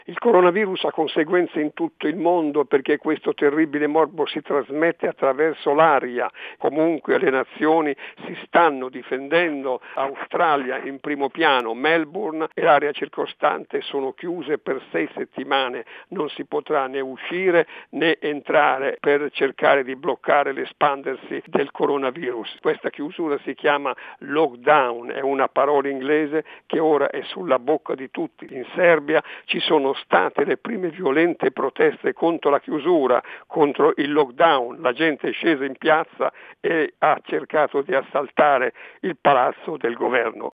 Il coronavirus ha conseguenze in tutto il mondo perché questo terribile morbo si trasmette attraverso l'aria. Comunque le nazioni si stanno difendendo, Australia in primo piano, Melbourne e l'area circostante sono chiuse per 6 settimane, non si potrà né uscire né entrare per cercare di bloccare l'espandersi del coronavirus. Questa chiusura si chiama lockdown, è una parola inglese che ora è sulla bocca di tutti. In Serbia ci sono state le prime violente proteste contro la chiusura, contro il lockdown. La gente è scesa in piazza e ha cercato di assaltare il palazzo del governo.